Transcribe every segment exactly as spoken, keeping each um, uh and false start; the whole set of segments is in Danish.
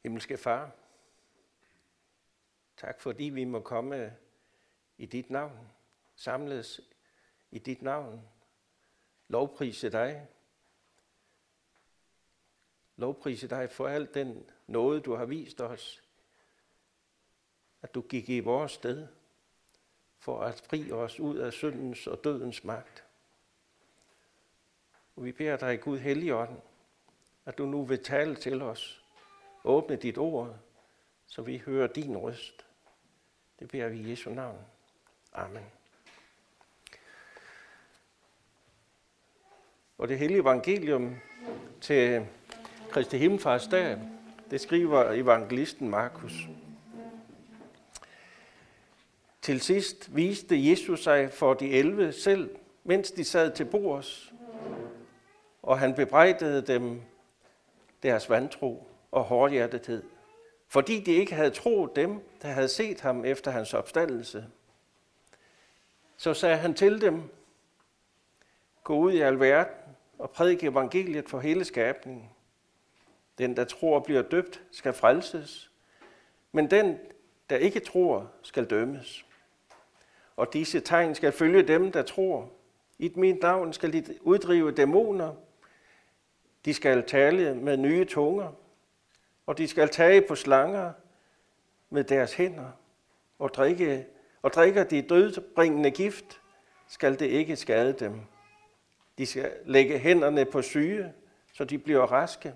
Himmelske Far, tak fordi vi må komme i dit navn, samles i dit navn, lovprise dig. Lovprise dig for alt den nåde, du har vist os, at du gik i vores sted for at fri os ud af syndens og dødens magt. Og vi beder dig, Gud Helligånd, at du nu vil tale til os, åbne dit ord, så vi hører din røst. Det beder vi i Jesu navn. Amen. Og det hellige evangelium til Kristi Himmelfarts dag, det skriver evangelisten Markus. Til sidst viste Jesus sig for de elleve selv, mens de sad til bords, og han bebrejdede dem deres vantro og hårdhjertethed, fordi de ikke havde troet dem, der havde set ham efter hans opstandelse. Så sagde han til dem, gå ud i al verden og prædik evangeliet for hele skabningen. Den, der tror bliver døbt, skal frelses, men den, der ikke tror, skal dømmes. Og disse tegn skal følge dem, der tror. I mit navn skal de uddrive dæmoner. De skal tale med nye tunger, og de skal tage på slanger med deres hænder, og drikke, og drikker de dødbringende gift, skal det ikke skade dem. De skal lægge hænderne på syge, så de bliver raske.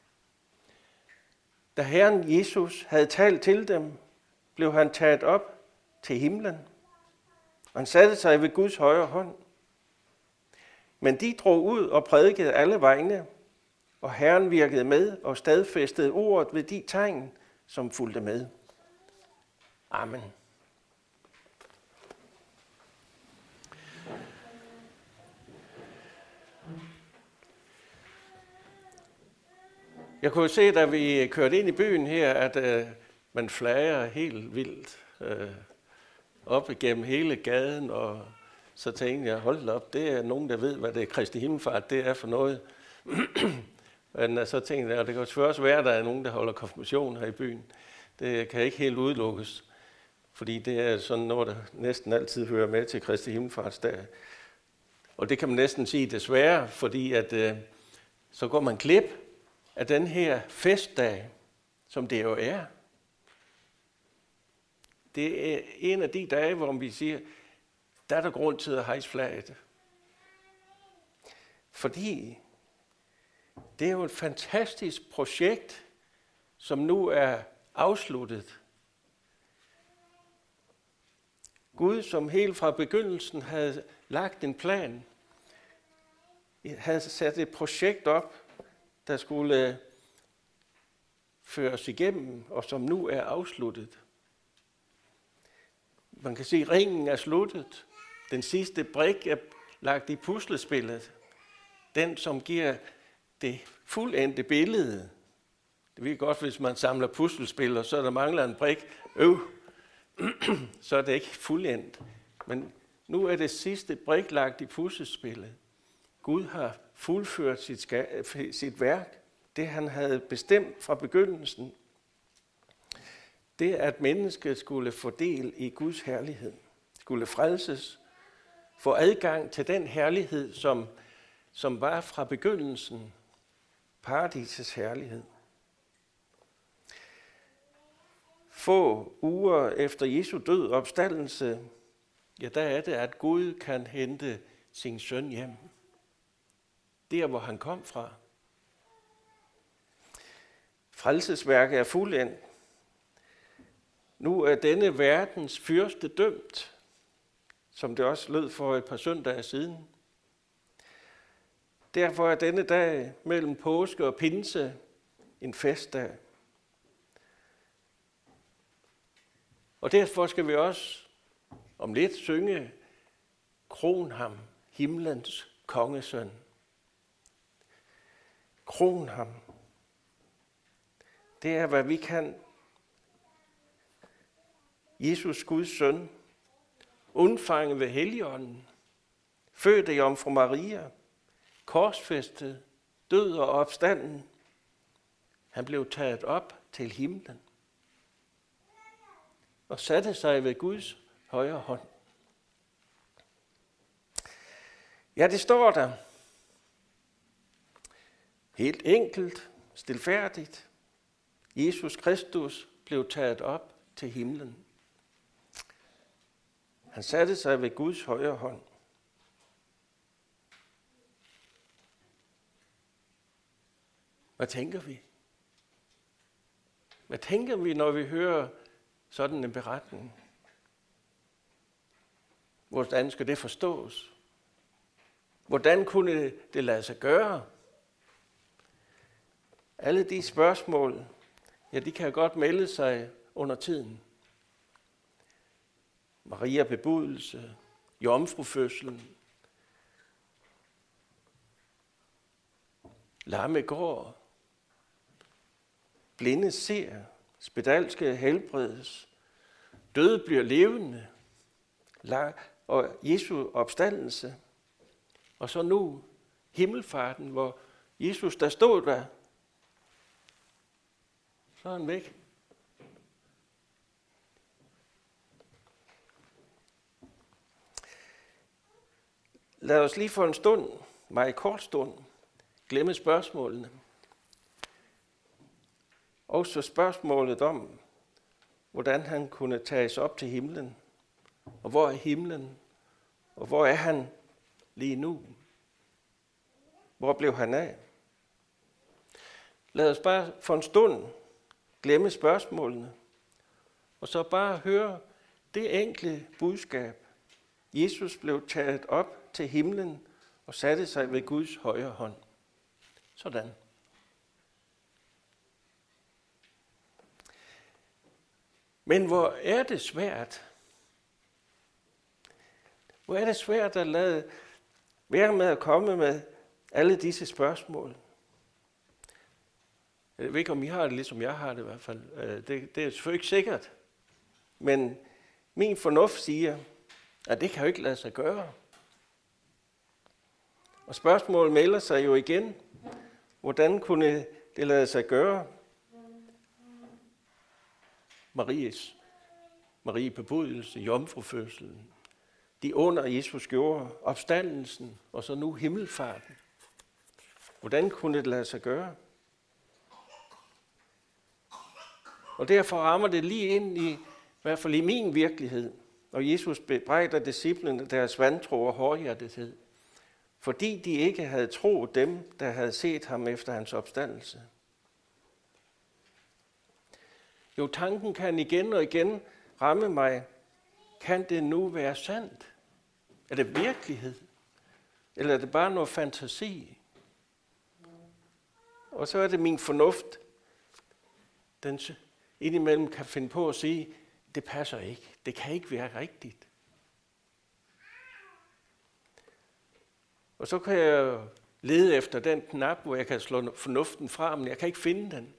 Da Herren Jesus havde talt til dem, blev han taget op til himlen. Han satte sig ved Guds højre hånd. Men de drog ud og prædikede alle vegne, og Herren virkede med og stadfæstede ordet ved de tegn, som fulgte med. Amen. Jeg kunne se, da vi kørte ind i byen her, at øh, man flager helt vildt øh, op igennem hele gaden, og så tænkte jeg, hold op, det er nogen, der ved, hvad det er Kristi Himmelfart, det er for noget. Men så tænkte jeg, at det kan selvfølgelig også være, at der er nogen, der holder konfirmation her i byen. Det kan ikke helt udelukkes, fordi det er sådan noget, der næsten altid hører med til Kristi Himmelfarts dag. Og det kan man næsten sige desværre, fordi at, øh, så går man glip af den her festdag, som det jo er. Det er en af de dage, hvor vi siger, der er der grund til at hejse flaget. Fordi det er jo et fantastisk projekt, som nu er afsluttet. Gud, som helt fra begyndelsen havde lagt en plan, havde sat et projekt op, der skulle føres igennem, og som nu er afsluttet. Man kan sige, at ringen er sluttet. Den sidste brik er lagt i puslespillet. Den, som giver det fuldendte billede. Det ved godt, hvis man samler puslespil, og så der mangler en brik, øv, så er det ikke fuldendt. Men nu er det sidste brik lagt i puslespillet. Gud har fuldført sit, ska- sit værk, det han havde bestemt fra begyndelsen. Det, at mennesket skulle få del i Guds herlighed, skulle frelses, få adgang til den herlighed, som, som var fra begyndelsen, paradisets herlighed. Få uger efter Jesu død og opstandelse, ja, der er det, at Gud kan hente sin søn hjem. Der, hvor han kom fra. Frelsesværket er fuldendt. Nu er denne verdens fyrste dømt, som det også lød for et par søndage siden. Derfor er denne dag mellem påske og pinse en festdag. Og derfor skal vi også om lidt synge Kron ham, himlens kongesøn. Kron ham. Det er, hvad vi kan. Jesus, Guds søn, undfanget ved Helligånden, født af Jomfru Maria, korsfæstet, død og opstanden. Han blev taget op til himlen og satte sig ved Guds højre hånd. Ja, det står der. Helt enkelt, stilfærdigt. Jesus Kristus blev taget op til himlen. Han satte sig ved Guds højre hånd. Hvad tænker vi? Hvad tænker vi, når vi hører sådan en beretning? Hvordan skal det forstås? Hvordan kunne det lade sig gøre? Alle de spørgsmål, ja, de kan godt melde sig under tiden. Maria bebudelse, jomfrufødslen, lamme går, blinde ser, spedalske helbredes, døde bliver levende, og Jesu opstandelse. Og så nu himmelfarten, hvor Jesus, der stod der, så er han væk. Lad os lige for en stund, meget kort stund, glemme spørgsmålene. Også spørgsmålet om, hvordan han kunne tages op til himlen, og hvor er himlen, og hvor er han lige nu? Hvor blev han af? Lad os bare for en stund glemme spørgsmålene, og så bare høre det enkle budskab. Jesus blev taget op til himlen og satte sig ved Guds højre hånd. Sådan. Men hvor er det svært? Hvor er det svært at lade være med at komme med alle disse spørgsmål? Jeg ved ikke, om I har det, ligesom jeg har det i hvert fald. Det, det er selvfølgelig ikke sikkert. Men min fornuft siger, at det kan jo ikke lade sig gøre. Og spørgsmålet melder sig jo igen. Hvordan kunne det lade sig gøre? Maries, Marie bebudelse, jomfrufødslen, de under Jesus gjorde, opstandelsen og så nu himmelfarten. Hvordan kunne det lade sig gøre? Og derfor rammer det lige ind i, i hvert fald i min virkelighed, og Jesus bebrejder disciplene deres vantro og hårdhjertethed, fordi de ikke havde troet dem, der havde set ham efter hans opstandelse. Jo, tanken kan igen og igen ramme mig. Kan det nu være sandt? Er det virkelighed? Eller er det bare noget fantasi? Og så er det min fornuft, den indimellem kan finde på at sige, det passer ikke. Det kan ikke være rigtigt. Og så kan jeg lede efter den knap, hvor jeg kan slå fornuften fra, men jeg kan ikke finde den.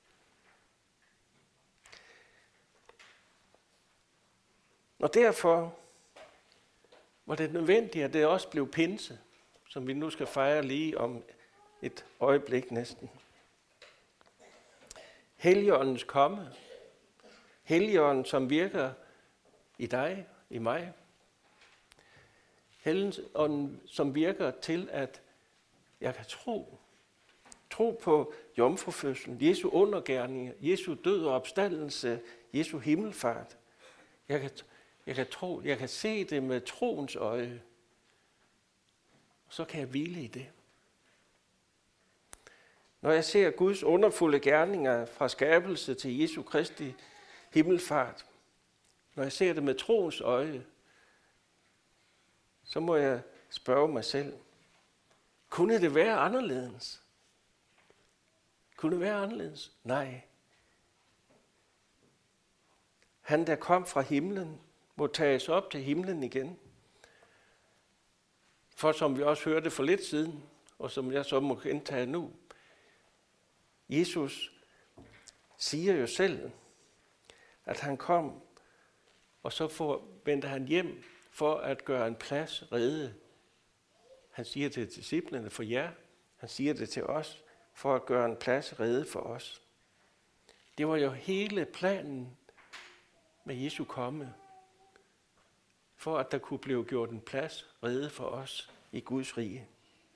Og derfor var det nødvendigt, at det også blev pinse, som vi nu skal fejre lige om et øjeblik næsten. Helligåndens komme. Helligånden, som virker i dig, i mig. Helligånden, som virker til, at jeg kan tro. Tro på jomfrufødslen, Jesu undergerninger, Jesu død og opstandelse, Jesu himmelfart. Jeg kan, jeg kan tro, jeg kan se det med troens øje. Og så kan jeg hvile i det. Når jeg ser Guds underfulde gerninger fra skabelse til Jesu Kristi himmelfart, når jeg ser det med troens øje, så må jeg spørge mig selv, kunne det være anderledes? Kunne det være anderledes? Nej. Han, der kom fra himlen, må tages op til himlen igen. For som vi også hørte for lidt siden, og som jeg så må indtage nu, Jesus siger jo selv, at han kom, og så får, vendte han hjem for at gøre en plads rede. Han siger det til disciplene for jer, han siger det til os, for at gøre en plads rede for os. Det var jo hele planen med Jesu komme, for at der kunne blive gjort en plads rede for os i Guds rige.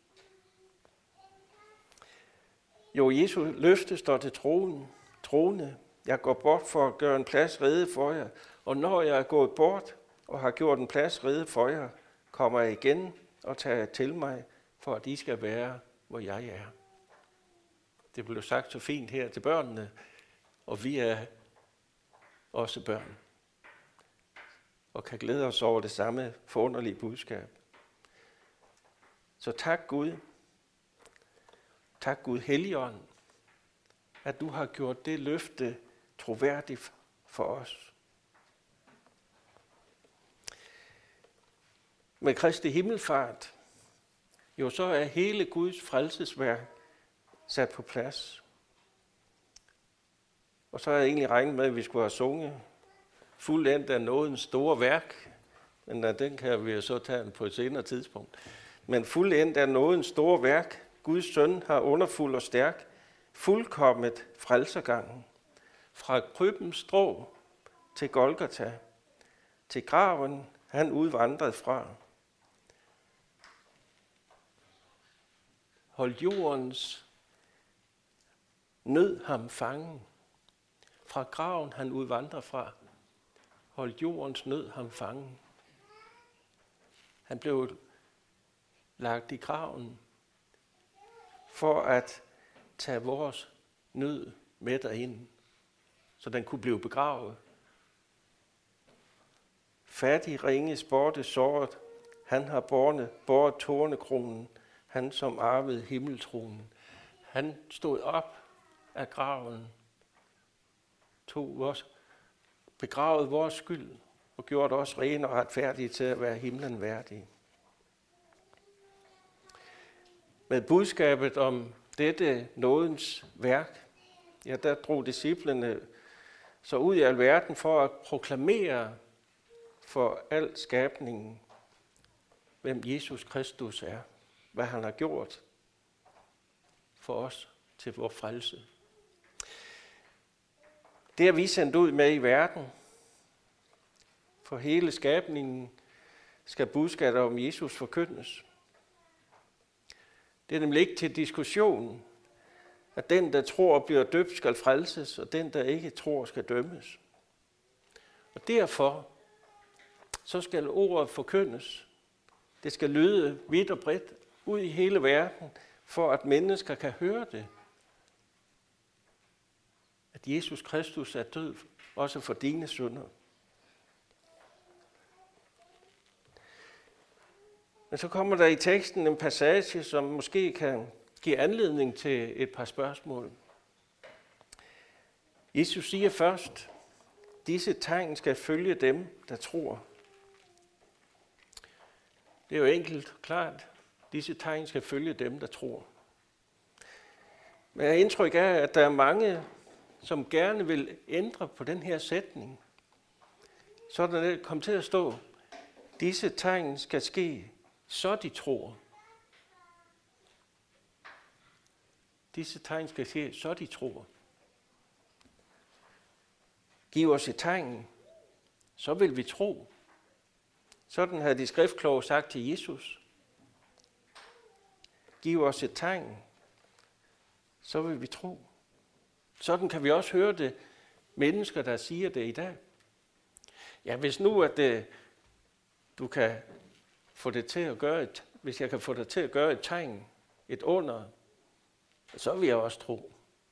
Jo, Jesu løfte står til troen, troende. Jeg går bort for at gøre en plads rede for jer, og når jeg er gået bort og har gjort en plads rede for jer, kommer jeg igen og tager til mig, for at I skal være, hvor jeg er. Det blev sagt så fint her til børnene, og vi er også børn, og kan glæde os over det samme forunderlige budskab. Så tak Gud, tak Gud Helligånd, at du har gjort det løfte troværdigt for os. Med Kristi himmelfart, jo så er hele Guds frelsesværk sat på plads. Og så har jeg egentlig regnet med, at vi skulle have sunget fuldendt af nådens store værk, men den kan vi jo så tage på et senere tidspunkt. Men fuldendt af nådens store værk, Guds søn har underfuld og stærk, fuldkommet frelsergangen, fra krybens strå til Golgata, til graven han udvandrede fra. Hold jordens nød ham fangen, fra graven han udvandrer fra. Hold jordens nød ham fangen. Han blev lagt i graven for at tage vores nød med derind, så den kunne blive begravet. Fattig ringe sporte såret, han har båret, båret tornekronen, han som arvede himmeltronen. Han stod op af graven, tog vores, begravede vores skyld og gjorde os rene og retfærdige til at være himlen værdige. Med budskabet om dette nådens værk, ja, der drog disciplene så ud i alverden for at proklamere for al skabningen, hvem Jesus Kristus er, hvad han har gjort for os til vores frelse. Det er vi sendt ud med i verden. For hele skabningen skal budskabet om Jesus forkyndes. Det er nemlig ikke til diskussion, at den, der tror bliver døbt, skal frelses, og den, der ikke tror, skal dømmes. Og derfor så skal ordet forkyndes. Det skal lyde vidt og bredt ud i hele verden, for at mennesker kan høre det. At Jesus Kristus er død, også for dine synder. Men så kommer der i teksten en passage, som måske kan give anledning til et par spørgsmål. Jesus siger først, disse tegn skal følge dem, der tror. Det er jo enkelt klart. Disse tegn skal følge dem, der tror. Men jeg har indtryk af, at der er mange, som gerne vil ændre på den her sætning. Så er der kommet til at stå, disse tegn skal ske, så de tror. Disse tegn skal ske, så de tror. Giv os et tegn, så vil vi tro. Sådan havde de skriftkloge sagt til Jesus. Giv os et tegn, så vil vi tro. Sådan kan vi også høre det mennesker, der siger det i dag. Ja, hvis nu at det, du kan få det til at gøre et, hvis jeg kan få dig til at gøre et tegn, et under, så vil jeg også tro.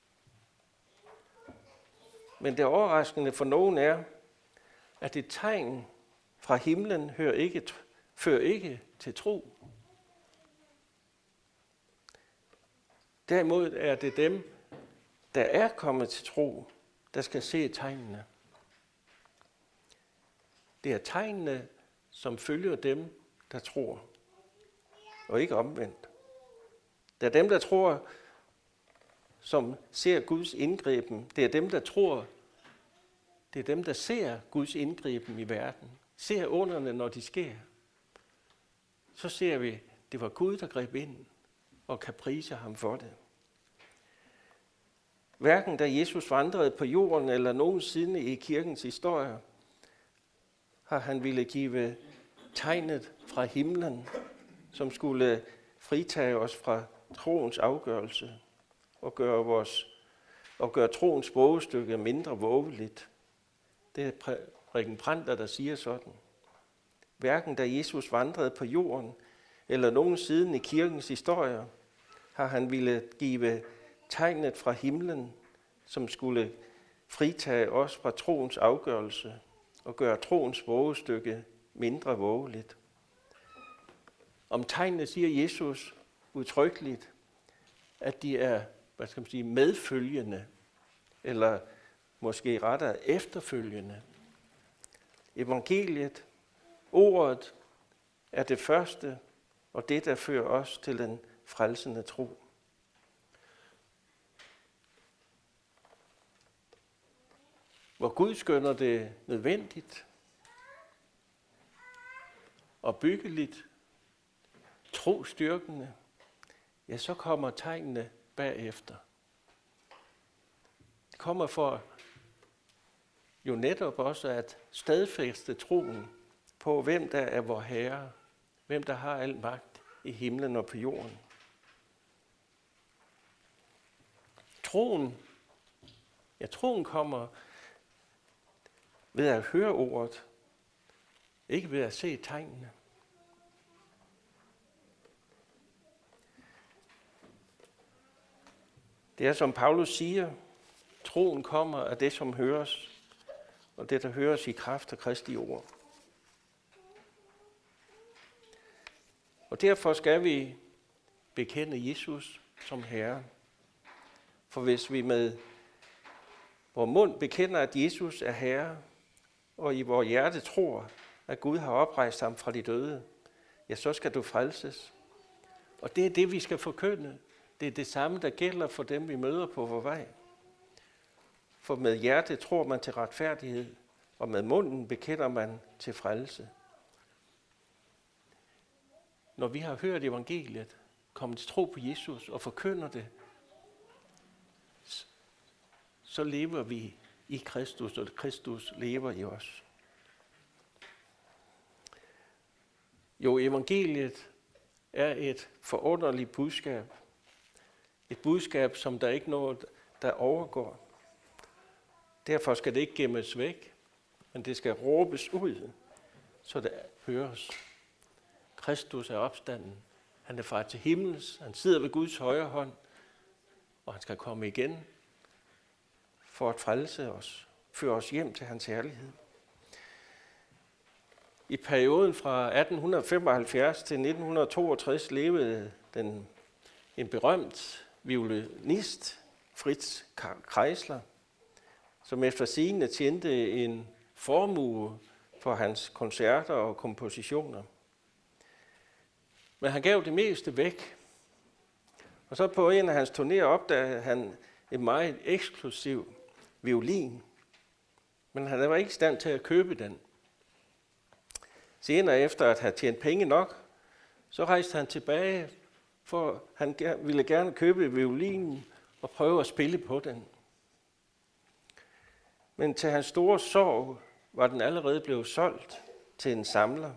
Men det overraskende for nogen er, at et tegn fra himlen hører ikke, fører ikke til tro. Derimod er det dem, der er kommet til tro, der skal se tegnene. Det er tegnene, som følger dem, der tror, og ikke omvendt. Det er dem, der tror, som ser Guds indgriben. Det er dem, der tror, det er dem, der ser Guds indgriben i verden. Ser underne, når de sker. Så ser vi, det var Gud, der greb ind og kan prise ham for det. Hverken da Jesus vandrede på jorden eller nogensinde i kirkens historie, har han ville give tegnet fra himlen, som skulle fritage os fra troens afgørelse og gøre, vores, og gøre troens vågestykke mindre vågeligt. Det er Preben Pranter, der siger sådan. Hverken da Jesus vandrede på jorden eller nogensinde i kirkens historie, har han ville give tegnet fra himlen, som skulle fritage os fra troens afgørelse og gøre troens vågestykke mindre vågeligt. Om tegnene siger Jesus udtrykkeligt, at de er, hvad skal man sige, medfølgende, eller måske rettere efterfølgende. Evangeliet, ordet, er det første, og det, der fører os til den frelsende tro. Hvor Gud skønner det nødvendigt og byggeligt, trostyrkende, ja, så kommer tegnene bagefter. Det kommer for jo netop også at stadfæste troen på, hvem der er vor Herre, hvem der har al magt i himlen og på jorden. Troen, ja, troen kommer ved at høre ordet, ikke ved at se tegnene. Det er, som Paulus siger, troen kommer af det, som høres, og det, der høres i kraft af Kristi ord. Og derfor skal vi bekende Jesus som Herre. For hvis vi med vores mund bekender, at Jesus er Herre, og i vores hjerte tror, at Gud har oprejst ham fra de døde, ja, så skal du frelses. Og det er det, vi skal forkynde. Det er det samme, der gælder for dem, vi møder på vores vej. For med hjertet tror man til retfærdighed, og med munden bekender man til frelse. Når vi har hørt evangeliet, kommet til tro på Jesus og forkynder det, så lever vi i Kristus, og Kristus lever i os. Jo, evangeliet er et forunderligt budskab. Et budskab, som der ikke er noget, der overgår. Derfor skal det ikke gemmes væk, men det skal råbes ud, så det høres. Kristus er opstanden. Han er far til himmels. Han sidder ved Guds højre hånd, og han skal komme igen for at frelse os, føre os hjem til hans herlighed. I perioden fra atten femoghalvfjerds til nitten toogtres levede den, en berømt violinist, Fritz Kreisler, som efter sigende tjente en formue for hans koncerter og kompositioner. Men han gav det meste væk. Og så på en af hans turnéer opdagede han en meget eksklusiv violin. Men han var ikke i stand til at købe den. Senere efter at have tjent penge nok, så rejste han tilbage, for han ville gerne købe violinen og prøve at spille på den. Men til hans store sorg var den allerede blevet solgt til en samler.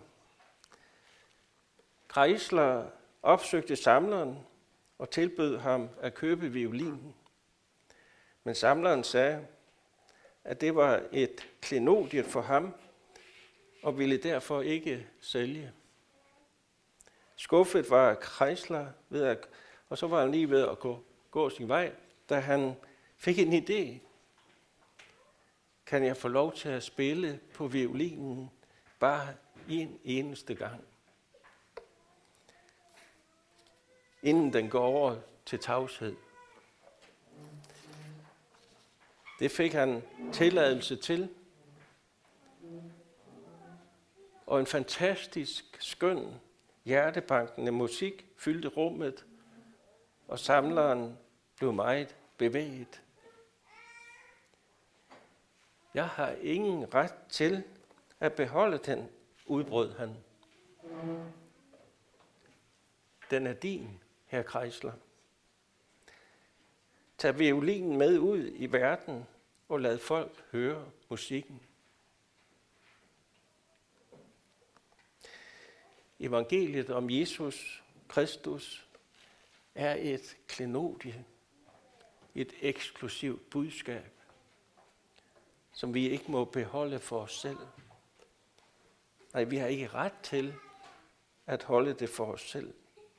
Kreisler opsøgte samleren og tilbød ham at købe violinen. Men samleren sagde, at det var et klenodiet for ham, og ville derfor ikke sælge. Skuffet var Kreisler, ved at, og så var han lige ved at gå, gå sin vej, da han fik en idé. Kan jeg få lov til at spille på violinen bare en eneste gang, inden den går over til tavshed? Det fik han tilladelse til. Og en fantastisk, skøn, hjertebankende musik fyldte rummet, og samleren blev meget bevæget. Jeg har ingen ret til at beholde den, udbrød han. Den er din, herr Kreisler. Tag violinen med ud i verden og lad folk høre musikken. Evangeliet om Jesus Kristus er et klenodie, et eksklusivt budskab, som vi ikke må beholde for os selv. Nej, vi har ikke ret til at holde det for os selv.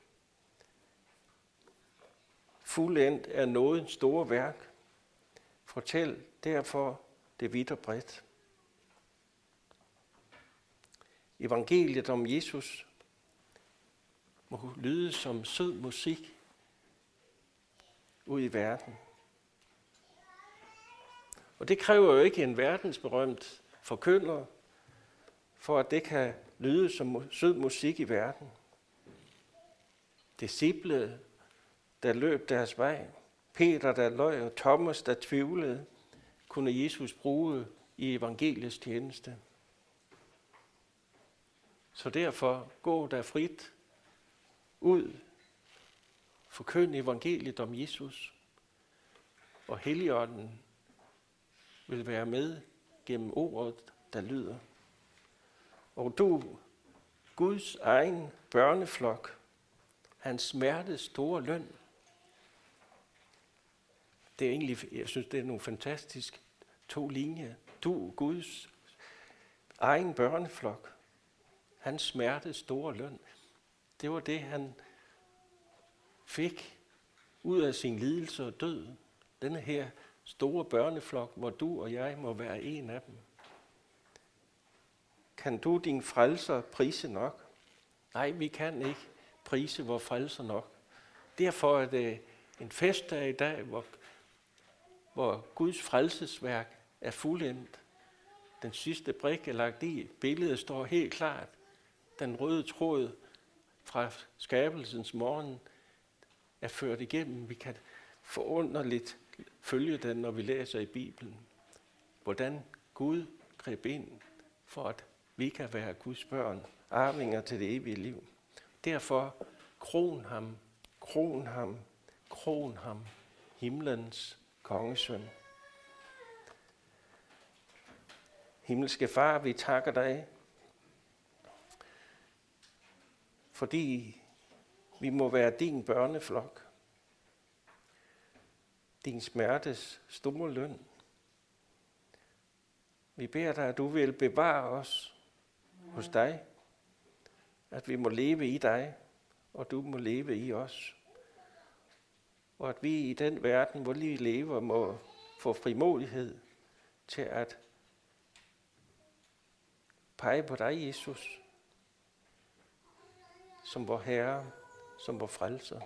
Fuldendt er nådens store værk. Fortæl derfor det vidt og bredt. Evangeliet om Jesus må lyde som sød musik ud i verden. Og det kræver jo ikke en verdensberømt forkynder, for at det kan lyde som sød musik i verden. Disciple, der løb deres vej, Peter, der løj, og Thomas, der tvivlede, kunne Jesus bruge i evangeliets tjeneste. Så derfor gå der frit ud, forkynd evangeliet om Jesus, og Helligånden vil være med gennem ordet, der lyder. Og du, Guds egen børneflok, hans smertes store løn. Det er egentlig, jeg synes, det er nogle fantastiske to linjer. Du, Guds egen børneflok, hans smertes store løn. Det var det, han fik ud af sin lidelse og død. Denne her store børneflok, hvor du og jeg må være en af dem. Kan du din frelser prise nok? Nej, vi kan ikke prise vor frelser nok. Derfor er det en festdag i dag, hvor, hvor Guds frelsesværk er fuldendt. Den sidste brik er lagt i. Billedet står helt klart. Den røde tråd fra skabelsens morgen er ført igennem. Vi kan forunderligt følge den, når vi læser i Bibelen. Hvordan Gud greb ind for, at vi kan være Guds børn, arvinger til det evige liv. Derfor kron ham, kron ham, kron ham, himlens kongesøn. Himmelske Far, vi takker dig, fordi vi må være din børneflok, din smertes store løn. Vi beder dig, at du vil bevare os hos dig, at vi må leve i dig, og du må leve i os. Og at vi i den verden, hvor vi lever, må få frimodighed til at pege på dig, Jesus, som vor Herre, som vor frelser.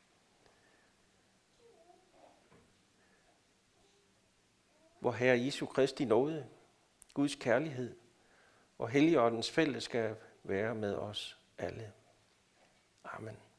Vor Herre Jesu Kristi nåde, Guds kærlighed og Helligåndens fællesskab være med os alle. Amen.